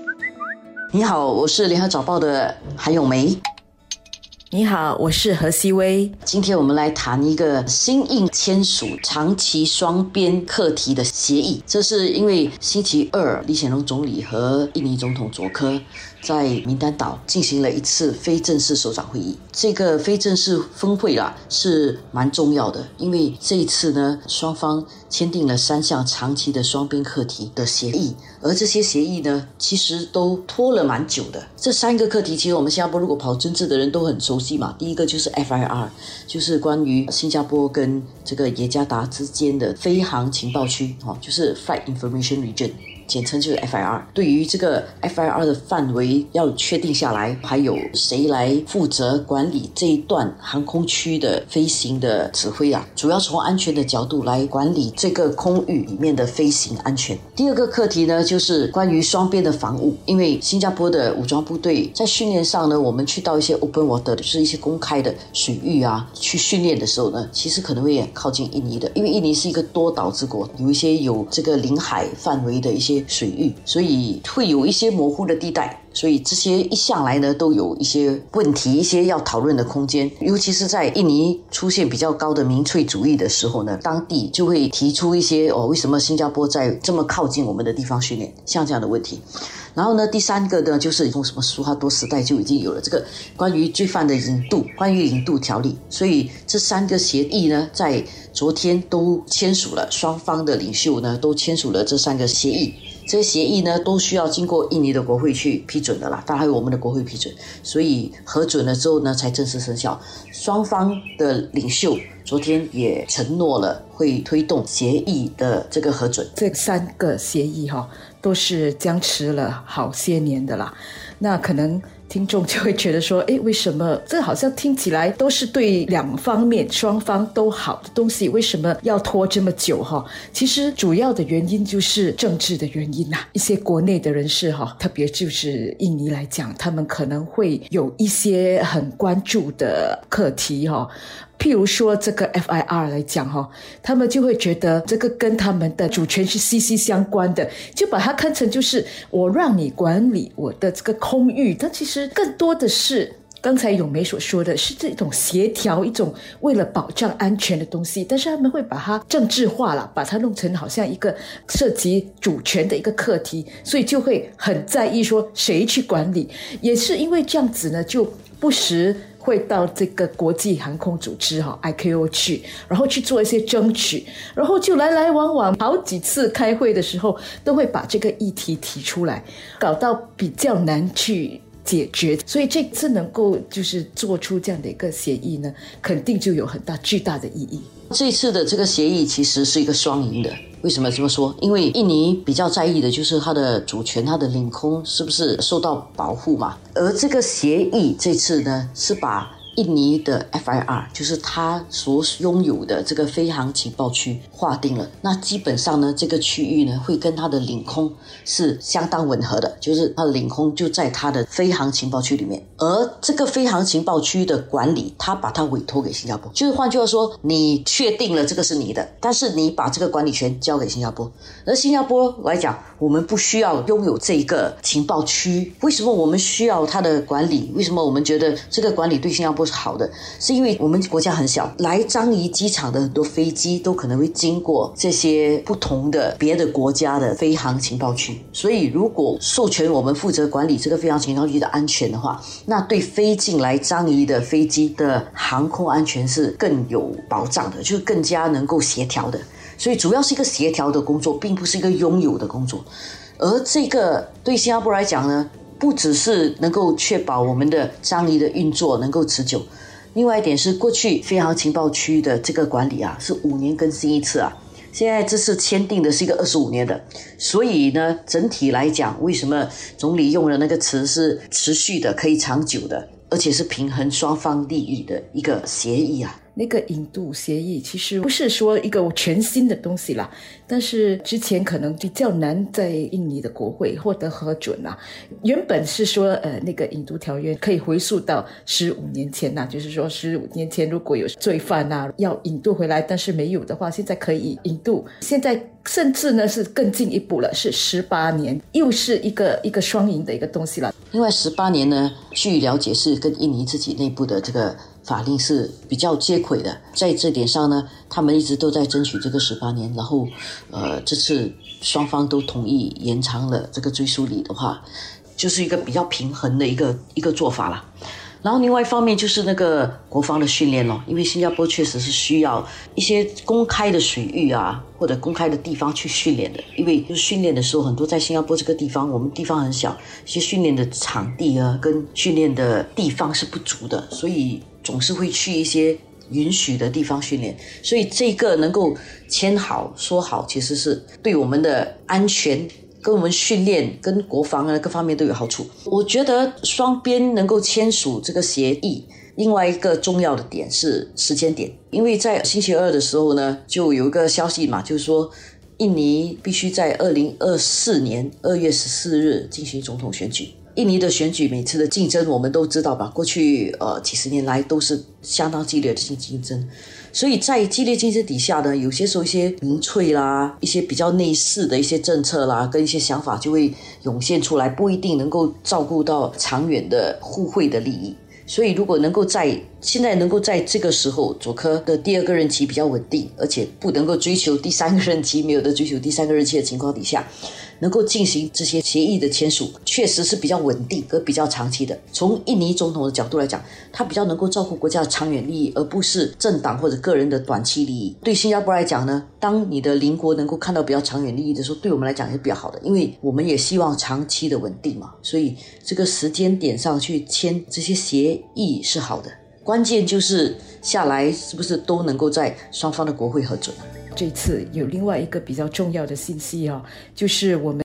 你好，我是联合早报的韩咏梅。 你好，我是何希薇。 今天我们来谈一个新印签署长期双边课题的协议。这是因为星期二，李显龙总理和印尼总统佐科在民丹岛进行了一次非正式首长会议。这个非正式峰会是蛮重要的，因为这一次呢，双方签订了3项长期的双边课题的协议，而这些协议呢，其实都拖了蛮久的。这3个课题，其实我们新加坡如果跑政治的人都很熟悉嘛。第一个就是 FIR， 就是关于新加坡跟这个雅加达之间的飞航情报区，就是 Flight Information Region。简称就是 FIR。 对于这个 FIR 的范围要确定下来，还有谁来负责管理这一段航空区的飞行的指挥主要从安全的角度来管理这个空域里面的飞行安全。第二个课题呢，就是关于双边的防务。因为新加坡的武装部队在训练上呢，我们去到一些 open water， 就是一些公开的水域去训练的时候呢，其实可能会靠近印尼的，因为印尼是一个多岛之国，有一些有这个领海范围的一些水域，所以会有一些模糊的地带，所以这些一向来呢都有一些问题，一些要讨论的空间。尤其是在印尼出现比较高的民粹主义的时候呢，当地就会提出一些为什么新加坡在这么靠近我们的地方训练，像这样的问题。然后呢，第3个呢，就是从什么苏哈多时代就已经有了这个关于罪犯的引渡，关于引渡条例。所以这3个协议呢，在昨天都签署了，双方的领袖呢都签署了这3个协议。这些协议呢都需要经过印尼的国会去批准的啦，当然还有我们的国会批准，所以核准了之后呢才正式生效。双方的领袖昨天也承诺了会推动协议的这个核准。 这3个协议都是僵持了好些年的啦。那可能听众就会觉得说，为什么这好像听起来都是对两方面双方都好的东西，为什么要拖这么久其实主要的原因就是政治的原因一些国内的人士特别就是印尼来讲，他们可能会有一些很关注的课题譬如说这个 FIR 来讲他们就会觉得这个跟他们的主权是息息相关的，就把它看成就是我让你管理我的这个空域，但其实更多的是刚才咏梅所说的是这种协调，一种为了保障安全的东西，但是他们会把它政治化了，把它弄成好像一个涉及主权的一个课题，所以就会很在意说谁去管理。也是因为这样子呢，就不时会到这个国际航空组织ICAO 去，然后去做一些争取，然后就来来往往好几次开会的时候都会把这个议题提出来，搞到比较难去解决。所以这次能够就是做出这样的一个协议呢，肯定就有很大巨大的意义。 这次的这个协议其实是一个双赢的。为什么这么说？因为印尼比较在意的就是它的主权，它的领空是不是受到保护嘛。而这个协议这次呢，是把印尼的 FIR， 就是它所拥有的这个飞航情报区划定了。那基本上呢，这个区域呢会跟它的领空是相当吻合的，就是它的领空就在它的飞航情报区里面。而这个飞航情报区的管理，它把它委托给新加坡，就是换句话说，你确定了这个是你的，但是你把这个管理权交给新加坡。而新加坡来讲，我们不需要拥有这个情报区。为什么我们需要它的管理？为什么我们觉得这个管理对新加坡是好的？是因为我们国家很小，来樟宜机场的很多飞机都可能会经过这些不同的别的国家的飞航情报区，所以如果授权我们负责管理这个飞航情报区的安全的话，那对飞进来樟宜的飞机的航空安全是更有保障的，就是更加能够协调的。所以主要是一个协调的工作，并不是一个拥有的工作。而这个对新加坡来讲呢，不只是能够确保我们的樟宜的运作能够持久，另外一点是过去飞航情报区的这个管理是5年更新一次现在这次签订的是一个25年的，所以呢，整体来讲，为什么总理用的那个词是持续的、可以长久的，而且是平衡双方利益的一个协议那个印度协议其实不是说一个全新的东西啦，但是之前可能比较难在印尼的国会获得核准啦。原本是说那个印度条约可以回溯到15年前啦，就是说15年前如果有罪犯啊要引渡回来，但是没有的话，现在可以引渡。现在甚至呢是更进一步了，是18年，又是一个双赢的一个东西了。 另外18年呢，据了解是跟印尼自己内部的这个法令是比较接轨的，在这点上呢，他们一直都在争取这个18年，然后这次双方都同意延长了这个追溯力的话，就是一个比较平衡的一个做法啦。然后另外一方面就是那个国防的训练咯，因为新加坡确实是需要一些公开的水域啊，或者公开的地方去训练的，因为就是训练的时候很多在新加坡这个地方，我们地方很小，一些训练的场地啊跟训练的地方是不足的，所以总是会去一些允许的地方训练，所以这个能够签好说好，其实是对我们的安全跟我们训练跟国防啊各方面都有好处。我觉得双边能够签署这个协议，另外一个重要的点是时间点，因为在星期二的时候呢，就有一个消息嘛，就是说印尼必须在2024年2月14日进行总统选举。印尼的选举每次的竞争我们都知道吧，过去几十年来都是相当激烈的竞争，所以在激烈竞争底下呢，有些时候一些民粹啦，一些比较内饰的一些政策啦，跟一些想法就会涌现出来，不一定能够照顾到长远的互惠的利益。所以如果现在能够在这个时候佐科的第2个任期比较稳定，而且不能够追求第3个任期，没有得追求第3个任期的情况底下，能够进行这些协议的签署，确实是比较稳定和比较长期的。从印尼总统的角度来讲，他比较能够照顾国家的长远利益，而不是政党或者个人的短期利益。对新加坡来讲呢，当你的邻国能够看到比较长远利益的时候，对我们来讲也是比较好的，因为我们也希望长期的稳定嘛，所以这个时间点上去签这些协议是好的。关键就是下来是不是都能够在双方的国会核准。 这次有另外一个比较重要的信息就是我们